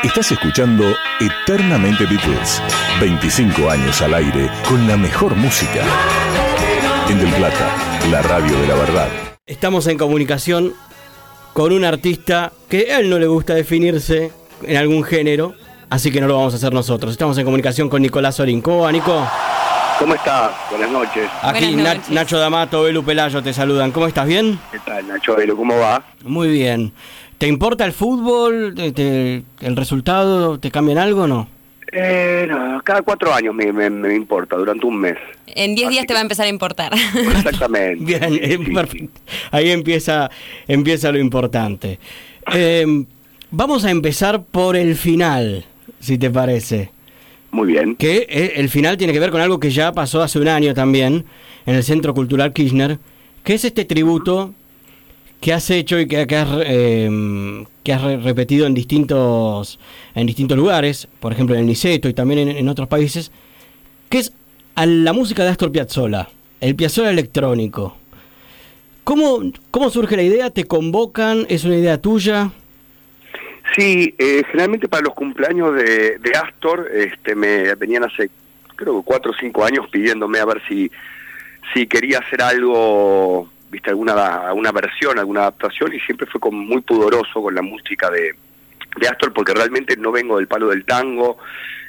Estás escuchando Eternamente Beatles. 25 años al aire con la mejor música. En Del Plata, la radio de la verdad. Estamos en comunicación con un artista que a él no le gusta definirse en algún género, así que no lo vamos a hacer nosotros. Estamos en comunicación con Nicolás Orín. ¿Cómo va, Nico? ¿Cómo estás? Buenas noches. Aquí Buenas noches. Nacho D'Amato, Belu Pelayo te saludan. ¿Cómo estás? ¿Bien? ¿Qué tal, Nacho? ¿Cómo va? Muy bien. ¿Te importa el fútbol? ¿El resultado? ¿Te cambian algo o no? No, cada 4 años me importa, durante un mes. En 10 días te va a empezar a importar. Exactamente. Bien, Sí. perfecto. Ahí empieza lo importante. Vamos a empezar por el final, si te parece. Muy bien. Que el final tiene que ver con algo que ya pasó hace un año también en el Centro Cultural Kirchner, que es este tributo que has hecho y que has repetido en distintos lugares, por ejemplo en el Niceto y también en otros países, que es a la música de Astor Piazzolla, el Piazzolla electrónico. ¿Cómo surge la idea? ¿Te convocan? ¿Es una idea tuya? Sí, generalmente para los cumpleaños de Astor me venían hace, creo que 4 o 5 años pidiéndome a ver si quería hacer algo, viste, alguna versión, alguna adaptación, y siempre fue muy pudoroso con la música de Astor, porque realmente no vengo del palo del tango,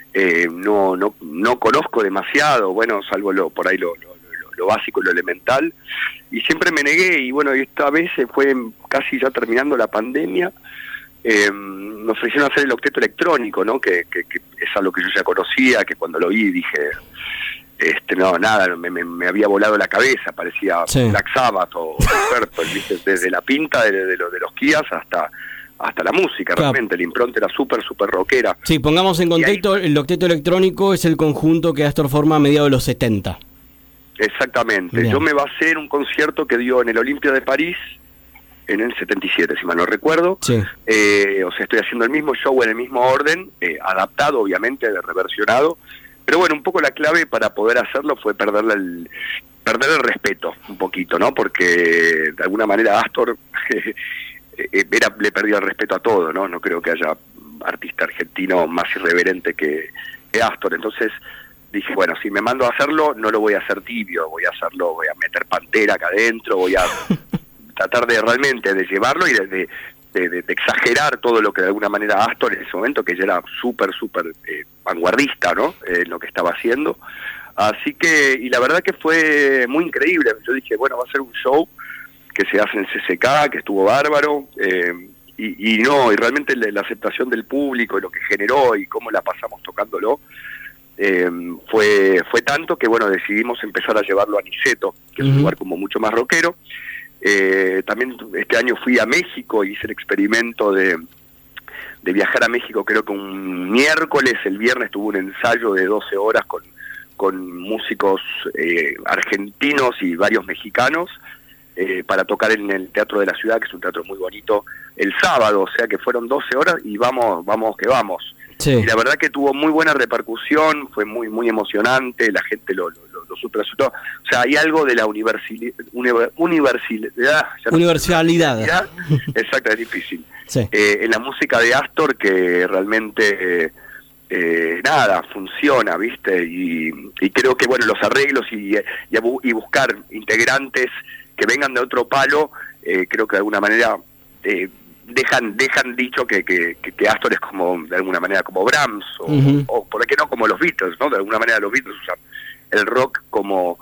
no conozco demasiado, bueno, salvo por ahí lo básico y lo elemental, y siempre me negué, y bueno, esta vez fue casi ya terminando la pandemia. Nos ofrecieron hacer el octeto electrónico, ¿no? Que es algo que yo ya conocía, que cuando lo vi dije, no, nada, me había volado la cabeza, parecía Sí. Black Sabbath o Purple, ¿viste? Desde la pinta de los Kias hasta la música, Claro. realmente, la impronta era súper rockera. Sí, pongamos en contexto, el octeto electrónico es el conjunto que Astor forma a mediados de los 70. Exactamente. Bien. Yo me basé en un concierto que dio en el Olimpia de París en el 77, si mal no recuerdo. Sí. O sea, estoy haciendo el mismo show en el mismo orden, adaptado, obviamente, reversionado. Pero bueno, un poco la clave para poder hacerlo fue perder el respeto, un poquito, ¿no? Porque de alguna manera Astor le perdía el respeto a todo, ¿no? No creo que haya artista argentino más irreverente que Astor. Entonces dije, bueno, si me mando a hacerlo, no lo voy a hacer tibio, voy a meter Pantera acá adentro, voy a tratar de realmente de llevarlo y de exagerar todo lo que de alguna manera Astor en ese momento, que ya era súper vanguardista, ¿no? En lo que estaba haciendo. Así que, y la verdad que fue muy increíble. Yo dije, bueno, va a ser un show que se hace en CCK, que estuvo bárbaro, y realmente la aceptación del público y lo que generó y cómo la pasamos tocándolo, fue tanto que, bueno, decidimos empezar a llevarlo a Niceto, que es un lugar como mucho más rockero. También este año fui a México y hice el experimento de viajar a México, creo que un miércoles, el viernes tuve un ensayo de 12 horas con músicos argentinos y varios mexicanos para tocar en el Teatro de la Ciudad, que es un teatro muy bonito, el sábado, o sea que fueron 12 horas y vamos que vamos. Sí. Y la verdad que tuvo muy buena repercusión, fue muy emocionante, la gente lo super disfrutó. O sea, hay algo de la universalidad. Exacto, es difícil. Sí. En la música de Astor que realmente funciona, ¿viste? Y creo que, bueno, los arreglos y buscar integrantes que vengan de otro palo, creo que de alguna manera dejan dicho que Astor es como, de alguna manera, como Brahms, o por qué no, como los Beatles, ¿no? De alguna manera los Beatles usan el rock como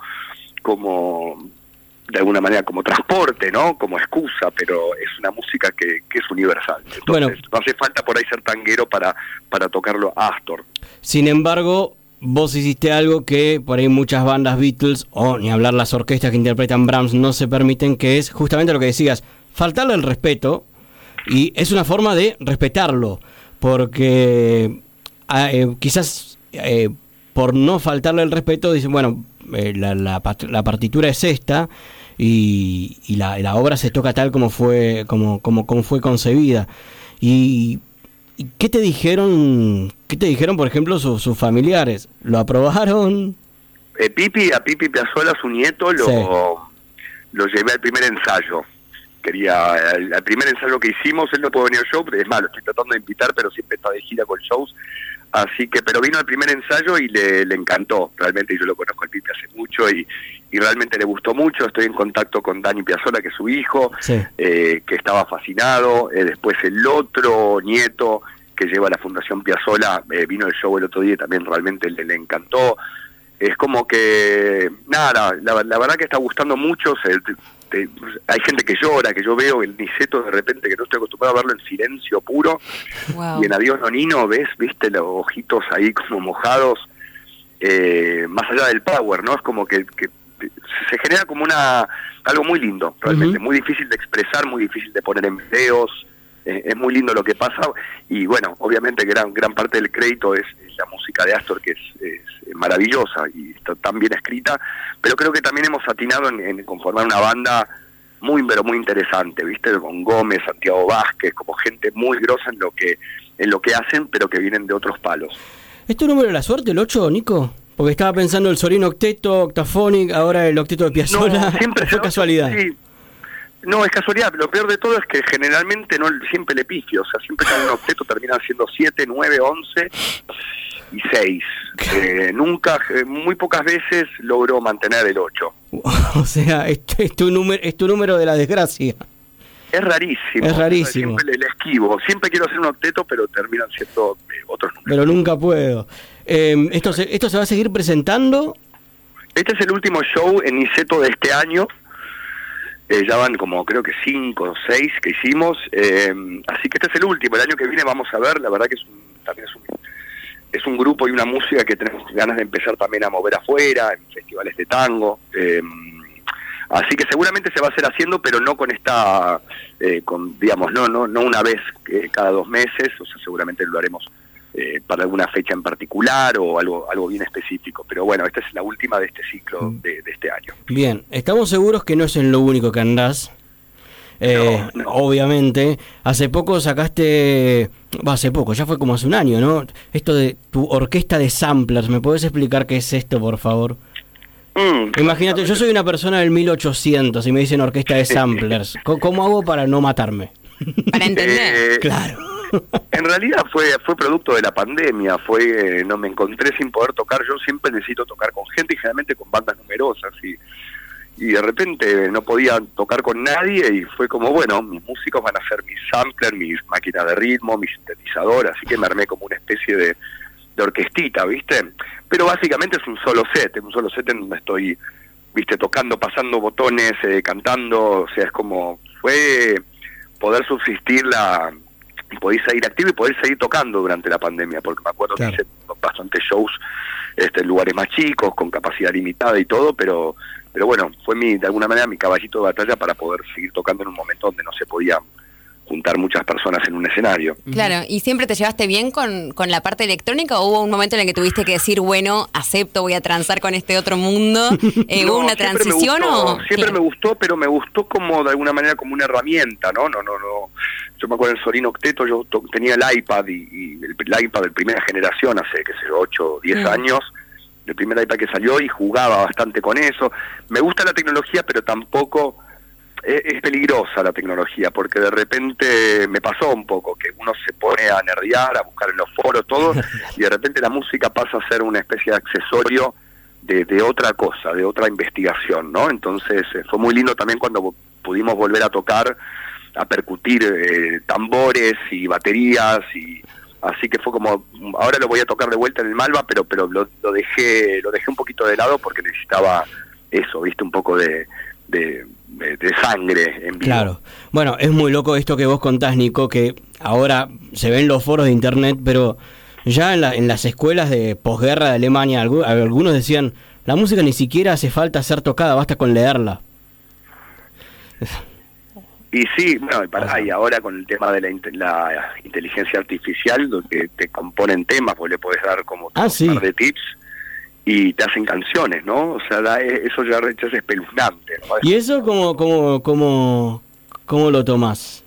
de alguna manera como transporte, ¿no? Como excusa, pero es una música que es universal. Entonces, bueno, no hace falta por ahí ser tanguero para tocarlo a Astor. Sin embargo, vos hiciste algo que por ahí muchas bandas Beatles, o ni hablar las orquestas que interpretan Brahms, no se permiten, que es justamente lo que decías, faltarle el respeto, y es una forma de respetarlo, porque quizás por no faltarle el respeto dicen, bueno, la partitura es esta, y la obra se toca tal como fue concebida. ¿Y qué te dijeron, por ejemplo, sus familiares? ¿Lo aprobaron? A Pipi Piazzolla, su nieto, lo llevé al primer ensayo, al primer ensayo que hicimos, él no pudo venir al show, es malo, estoy tratando de invitar, pero siempre está de gira con shows, así que, pero vino al primer ensayo y le encantó, realmente. Yo lo conozco al Pipe hace mucho y realmente le gustó mucho. Estoy en contacto con Dani Piazzolla, que es su hijo, Sí. Que estaba fascinado. Después el otro nieto que lleva la Fundación Piazzolla, vino al show el otro día y también realmente le encantó. Es como que, nada, la verdad que está gustando mucho. Hay gente que llora, que yo veo el Niceto de repente, que no estoy acostumbrado a verlo en silencio puro. Wow. Y en Adiós Nonino viste los ojitos ahí como mojados, más allá del power, ¿no? Es como que se genera como algo muy lindo, realmente, muy difícil de expresar, muy difícil de poner en videos. Es muy lindo lo que pasa, y bueno, obviamente gran parte del crédito es la música de Astor, que es maravillosa y está tan bien escrita, pero creo que también hemos atinado en conformar una banda muy, pero muy interesante, ¿viste? Con Gómez, Santiago Vázquez, como gente muy grosa en lo que hacen, pero que vienen de otros palos. ¿Es tu número de la suerte, el 8, Nico? Porque estaba pensando el Sorín octeto, Octaphonic, ahora el octeto de Piazzolla. No, siempre ¿Fue casualidad? Sí. No, es casualidad. Lo peor de todo es que generalmente no siempre le pifio. O sea, siempre que hay un octeto terminan siendo 7, 9, 11 y 6. Nunca, muy pocas veces logro mantener el 8. O sea, es tu número de la desgracia. Es rarísimo. Es rarísimo. Siempre le esquivo. Siempre quiero hacer un octeto, pero terminan siendo otros números. Pero nunca puedo. ¿Esto se va a seguir presentando? Este es el último show en Niceto de este año. Ya van como creo que 5 o 6 que hicimos, así que este es el último. El año que viene vamos a ver, la verdad que también es un grupo y una música que tenemos ganas de empezar también a mover afuera, en festivales de tango, así que seguramente se va a seguir haciendo, pero no con esta, digamos, no una vez cada 2 meses, o sea, seguramente lo haremos para alguna fecha en particular o algo bien específico. Pero bueno, esta es la última de este ciclo de este año. Bien, estamos seguros que no es en lo único que andás. No. Obviamente. Hace poco sacaste... hace poco, ya fue como hace un año, ¿no? Esto de tu orquesta de samplers. ¿Me podés explicar qué es esto, por favor? Imagínate, yo soy una persona del 1800 y me dicen orquesta de samplers. ¿Cómo hago para no matarme? Para entender. Claro. En realidad fue producto de la pandemia, no me encontré sin poder tocar. Yo siempre necesito tocar con gente y generalmente con bandas numerosas, y de repente no podía tocar con nadie y fue como, bueno, mis músicos van a ser mis samplers, mis máquinas de ritmo, mis sintetizadores, así que me armé como una especie de orquestita, ¿viste? Pero básicamente es un solo set en donde estoy, ¿viste? Tocando, pasando botones, cantando, o sea, es como, fue poder subsistir y poder seguir activo y poder seguir tocando durante la pandemia, porque me acuerdo que hice bastantes shows en lugares más chicos, con capacidad limitada y todo, pero bueno, fue de alguna manera mi caballito de batalla para poder seguir tocando en un momento donde no se podía juntar muchas personas en un escenario. Claro, ¿y siempre te llevaste bien con la parte electrónica o hubo un momento en el que tuviste que decir, bueno, acepto, voy a transar con este otro mundo? ¿Hubo una transición o...? Siempre me gustó, pero me gustó como de alguna manera como una herramienta, ¿no? Yo me acuerdo en Sorín Octeto, yo tenía el iPad y el iPad de primera generación hace, 8 o 10 años, el primer iPad que salió, y jugaba bastante con eso. Me gusta la tecnología, pero tampoco... Es peligrosa la tecnología, porque de repente me pasó un poco que uno se pone a nerdear, a buscar en los foros, todo, y de repente la música pasa a ser una especie de accesorio de otra cosa, de otra investigación, ¿no? Entonces fue muy lindo también cuando pudimos volver a tocar, a percutir tambores y baterías, y así que fue como, ahora lo voy a tocar de vuelta en el Malva, pero lo dejé un poquito de lado porque necesitaba eso, ¿viste? Un poco de sangre en vivo. Claro. Bueno, es muy loco esto que vos contás, Nico, que ahora se ven los foros de internet, pero ya en las escuelas de posguerra de Alemania, algunos decían, la música ni siquiera hace falta ser tocada, basta con leerla. Y sí, bueno, y ahora con el tema de la inteligencia artificial, donde te componen temas, vos le podés dar como un par de tips y te hacen canciones, ¿no? O sea, eso ya es espeluznante, ¿no? ¿Y eso cómo lo tomás?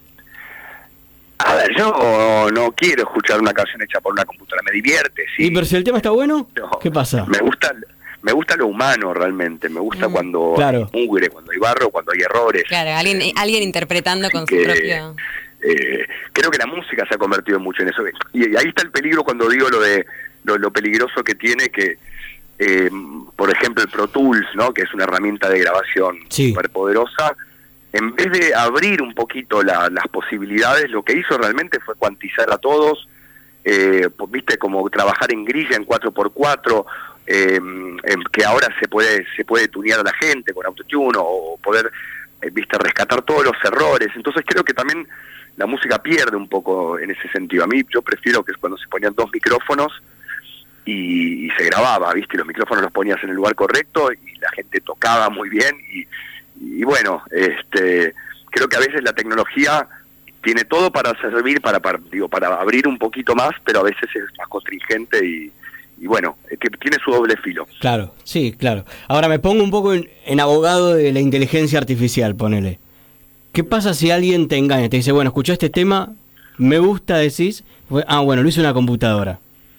A ver, yo no quiero escuchar una canción hecha por una computadora, me divierte, sí. ¿Y pero si el tema está bueno? No, ¿Qué pasa? Me me gusta lo humano realmente, me gusta cuando claro. hay mugre, cuando hay barro, cuando hay errores. Claro, alguien interpretando con su propio... Creo que la música se ha convertido mucho en eso. Y ahí está el peligro cuando digo lo de lo peligroso que tiene que, por ejemplo, el Pro Tools, ¿no? Que es una herramienta de grabación súper poderosa, en vez de abrir un poquito las posibilidades, lo que hizo realmente fue cuantizar a todos, pues, viste, como trabajar en grilla en 4x4, que ahora se puede tunear a la gente con autotune o poder, viste, rescatar todos los errores. Entonces creo que también la música pierde un poco en ese sentido. A mí yo prefiero que cuando se ponían 2 micrófonos y se grababa, viste, y los micrófonos los ponías en el lugar correcto y la gente tocaba muy bien y bueno, creo que a veces la tecnología tiene todo para servir para abrir un poquito más, pero a veces es más constringente y bueno, tiene su doble filo. Claro, sí, claro. Ahora me pongo un poco en abogado de la inteligencia artificial, ponele. ¿Qué pasa si alguien te engaña? Te dice, bueno, escuché este tema, me gusta, decís, bueno, lo hizo una computadora.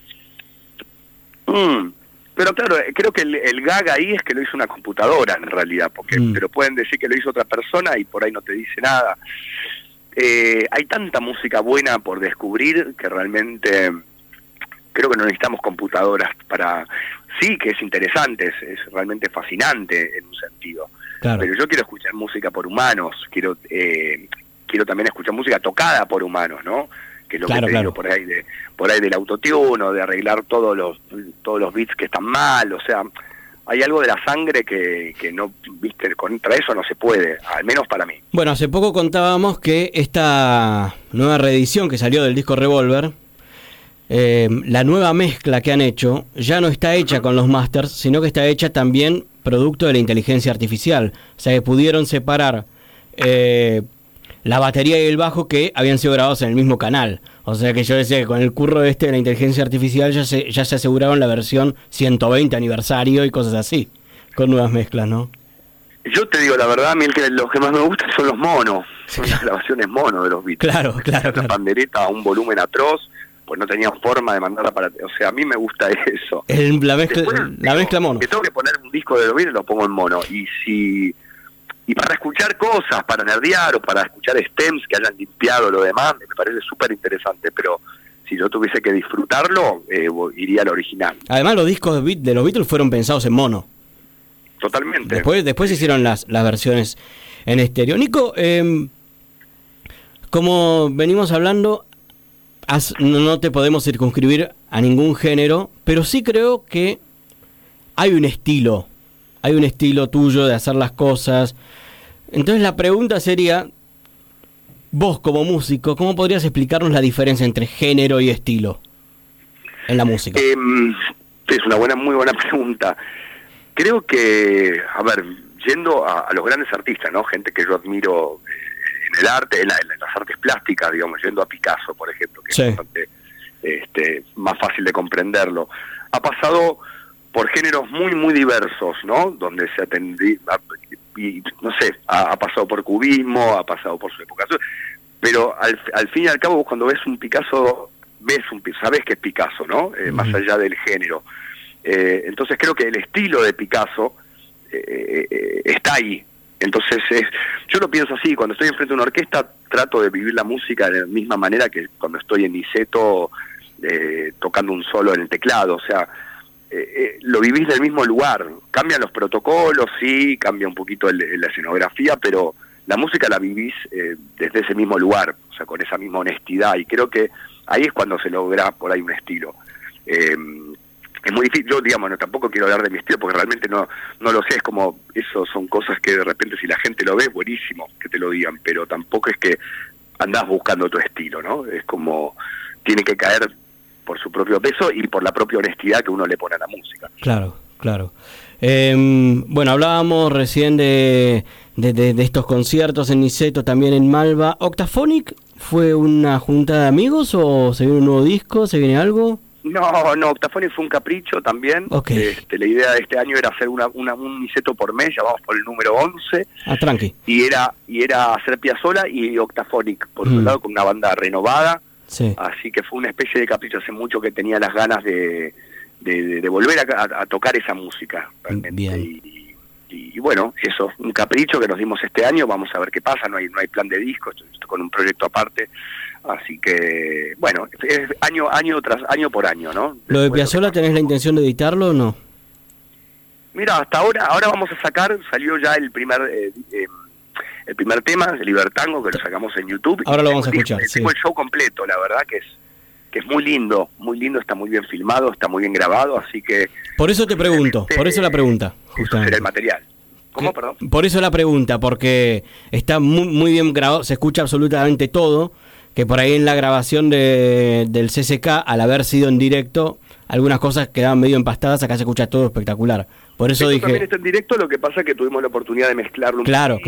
Pero claro, creo que el gag ahí es que lo hizo una computadora en realidad, porque pero pueden decir que lo hizo otra persona y por ahí no te dice nada. Hay tanta música buena por descubrir que realmente creo que no necesitamos computadoras para... Sí, que es interesante, es realmente fascinante en un sentido. Claro. Pero yo quiero escuchar música por humanos, quiero también escuchar música tocada por humanos, ¿no? Que es lo que te digo por ahí del autotune o de arreglar todos los beats que están mal, o sea, hay algo de la sangre que no, viste, contra eso no se puede, al menos para mí. Bueno, hace poco contábamos que esta nueva reedición que salió del disco Revolver, la nueva mezcla que han hecho ya no está hecha con los masters, sino que está hecha también producto de la inteligencia artificial. O sea que pudieron separar la batería y el bajo que habían sido grabados en el mismo canal. O sea que yo decía que con el curro de la inteligencia artificial ya se aseguraron la versión 120 aniversario y cosas así, con nuevas mezclas, ¿no? Yo te digo la verdad, a mí los que más me gustan son los monos, son las grabaciones mono de los Beatles. Claro. La pandereta a un volumen atroz, pues no tenían forma de mandarla para... O sea, a mí me gusta eso. La mezcla mono. Que tengo que poner un disco de los Beatles, lo pongo en mono. Y para escuchar cosas, para nerdear o para escuchar stems que hayan limpiado lo demás, me parece súper interesante, pero si yo tuviese que disfrutarlo, iría al original. Además, los discos de los Beatles fueron pensados en mono. Totalmente. Después hicieron las versiones en estéreo. Nico, como venimos hablando, no te podemos circunscribir a ningún género, pero sí creo que hay un estilo tuyo de hacer las cosas. Entonces la pregunta sería, vos como músico, ¿cómo podrías explicarnos la diferencia entre género y estilo en la música? Es una muy buena pregunta. Creo que, a ver, yendo a los grandes artistas, ¿no? Gente que yo admiro en el arte, en las artes plásticas, digamos, yendo a Picasso, por ejemplo, que es bastante más fácil de comprenderlo. Ha pasado por géneros muy diversos, ¿no? Donde se atendía, y no sé, ha pasado por cubismo, ha pasado por su época. Pero al fin y al cabo, vos cuando ves un Picasso, sabés que es Picasso, ¿no? Más allá del género. Entonces creo que el estilo de Picasso está ahí. Entonces yo lo pienso así, cuando estoy enfrente de una orquesta trato de vivir la música de la misma manera que cuando estoy en Niceto tocando un solo en el teclado, o sea, lo vivís del mismo lugar. Cambian los protocolos, sí, cambia un poquito la escenografía, pero la música la vivís desde ese mismo lugar, o sea, con esa misma honestidad, y creo que ahí es cuando se logra por ahí un estilo. Es muy difícil, yo digamos, tampoco quiero hablar de mi estilo porque realmente no lo sé, es como, eso son cosas que de repente si la gente lo ve, buenísimo que te lo digan, pero tampoco es que andás buscando tu estilo, ¿no? Es como, tiene que caer por su propio peso y por la propia honestidad que uno le pone a la música. Claro. Bueno, hablábamos recién de estos conciertos en Niceto, también en Malva. ¿Octaphonic fue una junta de amigos o se viene un nuevo disco? ¿Se viene algo? No, Octaphonic fue un capricho también. Okay. La idea de este año era hacer un Niceto por mes, ya vamos por el número 11. Tranqui. Y era hacer Piazzolla y Octaphonic, por un lado, con una banda renovada. Sí. Así que fue una especie de capricho. Hace mucho que tenía las ganas de de volver a tocar esa música realmente. Bien. Y bueno, eso, un capricho que nos dimos este año, vamos a ver qué pasa, no hay plan de disco, estoy con un proyecto aparte, así que bueno, es año tras año por año, ¿no? ¿Lo de Piazzolla tenés la intención de editarlo o no? Mira, hasta ahora vamos a sacar, salió ya el primer tema, el Libertango, que lo sacamos en YouTube. Ahora lo vamos a escuchar. Tengo el show completo, la verdad que es muy lindo, está muy bien filmado, está muy bien grabado, así que... Por eso te pregunto, por eso la pregunta, justamente. Será el material. ¿Cómo, perdón? Por eso la pregunta, porque está muy bien grabado, se escucha absolutamente todo, que por ahí en la grabación del CCK, al haber sido en directo, algunas cosas quedaban medio empastadas, acá se escucha todo espectacular. Por eso dije... también está en directo, lo que pasa es que tuvimos la oportunidad de mezclarlo un Claro.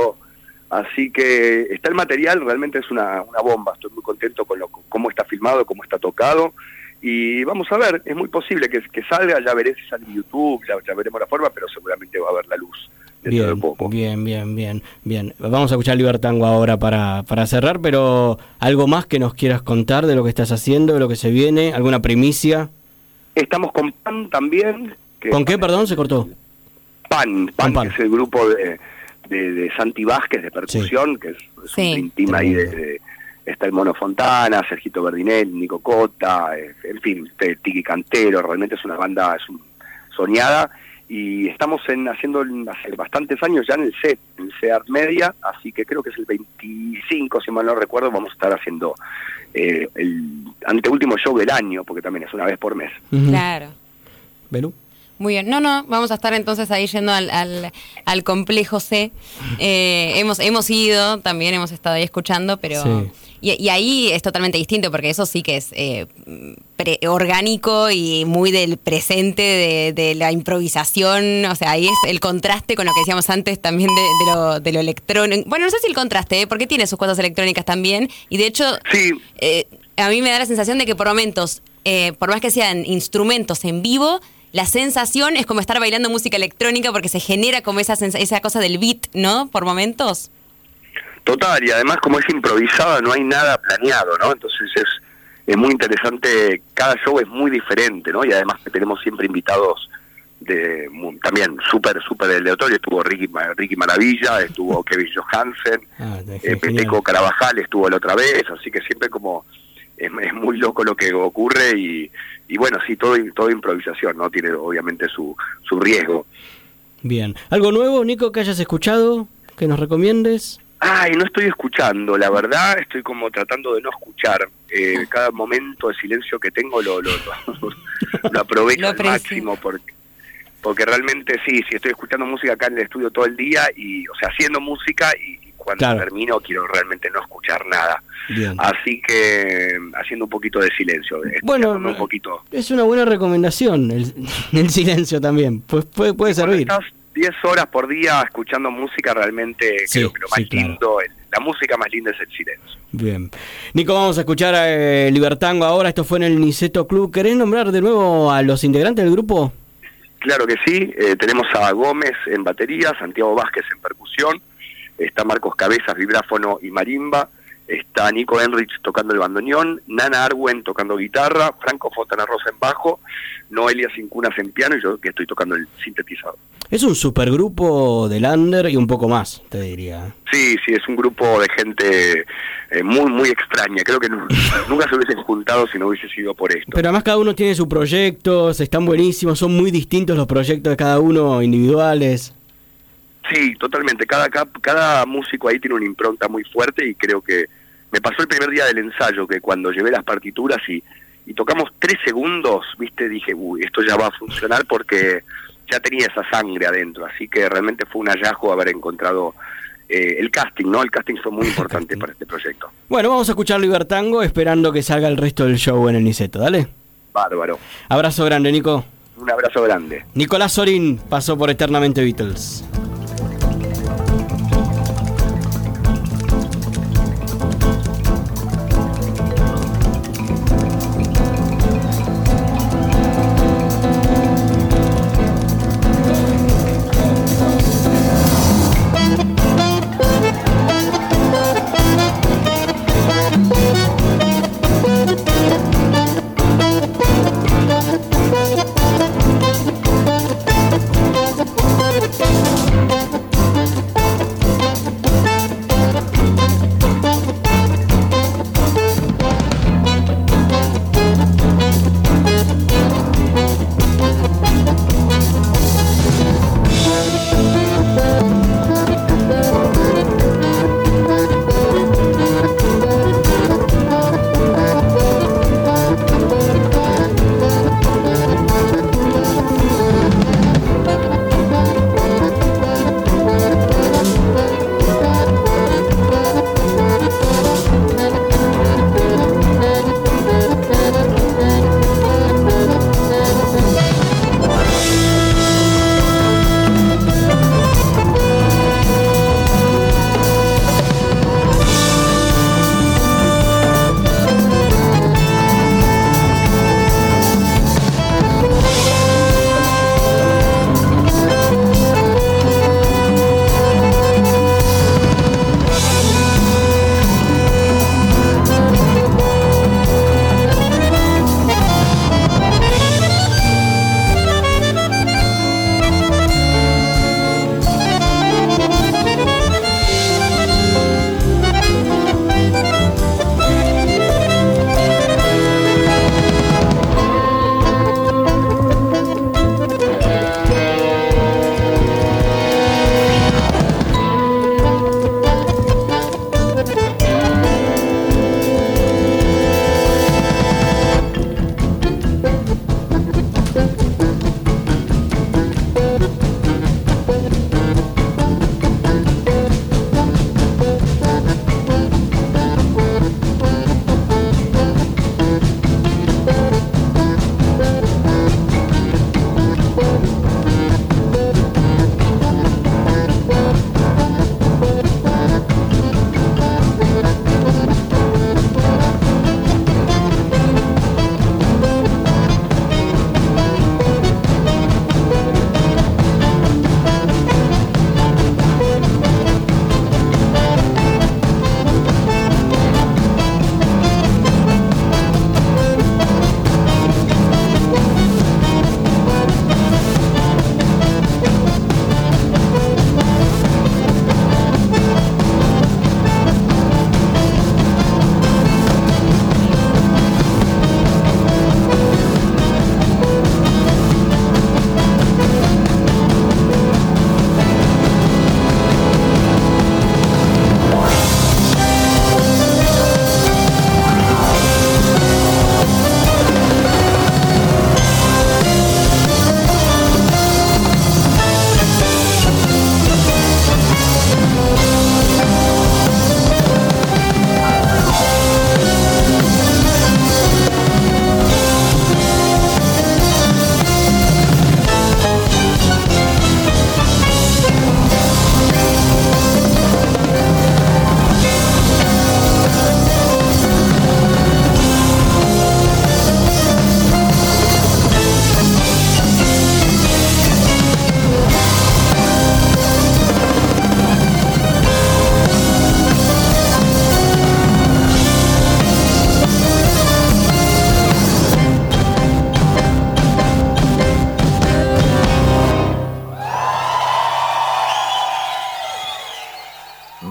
Así que está el material, realmente es una bomba, estoy muy contento con cómo está filmado, cómo está tocado, y vamos a ver, es muy posible que salga, ya veré si sale en YouTube, ya veremos la forma, pero seguramente va a haber la luz dentro de poco. Bien. Vamos a escuchar Libertango ahora para cerrar, pero ¿algo más que nos quieras contar de lo que estás haciendo, de lo que se viene? ¿Alguna primicia? Estamos con PAN también. ¿Con qué, perdón? ¿Se cortó? PAN. Que es el grupo de Santi Vázquez de percusión, que es un intima ahí está el Mono Fontana, Sergito Verdinel, Nico Cota, en fin, Tiki Cantero, realmente es una banda soñada, y estamos haciendo hace bastantes años ya en el CEART Media, así que creo que es el 25, si mal no recuerdo, vamos a estar haciendo el anteúltimo show del año, porque también es una vez por mes. Claro. ¿Belú? Muy bien, no, vamos a estar entonces ahí yendo al complejo C. Hemos ido, también hemos estado ahí escuchando, pero... Sí. Y ahí es totalmente distinto, porque eso sí que es orgánico y muy del presente, de la improvisación, o sea, ahí es el contraste con lo que decíamos antes también de lo electrónico. Bueno, no sé si el contraste, porque tiene sus cosas electrónicas también, y de hecho, sí. A mí me da la sensación de que por momentos, por más que sean instrumentos en vivo, la sensación es como estar bailando música electrónica porque se genera como esa cosa del beat, ¿no? Por momentos. Total, y además como es improvisada no hay nada planeado, ¿no? Entonces es muy interesante, cada show es muy diferente, ¿no? Y además que tenemos siempre invitados también súper aleatorios, estuvo Ricky Maravilla, estuvo Kevin Johansen, Peteco Carabajal estuvo la otra vez, así que siempre como es muy loco lo que ocurre y bueno, sí, todo improvisación, ¿no? Tiene obviamente su riesgo. Bien. ¿Algo nuevo, Nico, que hayas escuchado, que nos recomiendes? Ay, no estoy escuchando, la verdad, estoy como tratando de no escuchar. Cada momento de silencio que tengo lo aprovecho al máximo porque realmente sí, estoy escuchando música acá en el estudio todo el día y, o sea, haciendo música y cuando termino quiero realmente no escuchar nada. Bien. Así que haciendo un poquito de silencio. Bueno, un poquito. Es una buena recomendación el silencio también, pues puede servir. 10 horas por día escuchando música, realmente creo que lo más lindo, la música más linda es el silencio. Bien. Nico, vamos a escuchar Libertango ahora, esto fue en el Niceto Club. ¿Querés nombrar de nuevo a los integrantes del grupo? Claro que sí, tenemos a Gómez en batería, Santiago Vázquez en percusión, está Marcos Cabezas, vibráfono y marimba, está Nico Enrich tocando el bandoneón, Nana Arwen tocando guitarra, Franco Fontana Rosa en bajo, Noelia Cincunas en piano y yo que estoy tocando el sintetizador. Es un supergrupo de Lander y un poco más, te diría. Sí, es un grupo de gente muy extraña. Creo que nunca se hubiesen juntado si no hubiese sido por esto. Pero además cada uno tiene sus proyectos, están buenísimos, son muy distintos los proyectos de cada uno, individuales. Sí, totalmente. Cada músico ahí tiene una impronta muy fuerte y creo que me pasó el primer día del ensayo que cuando llevé las partituras y tocamos 3 segundos, viste, dije, esto ya va a funcionar porque ya tenía esa sangre adentro, así que realmente fue un hallazgo haber encontrado el casting, ¿no? El casting fue muy importante para este proyecto. Bueno, vamos a escuchar Libertango esperando que salga el resto del show en el Niceto, dale. Bárbaro. Abrazo grande, Nico. Un abrazo grande. Nicolás Sorín pasó por Eternamente Beatles.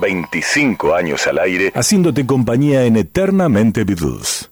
25 años al aire, haciéndote compañía en Eternamente Beatles.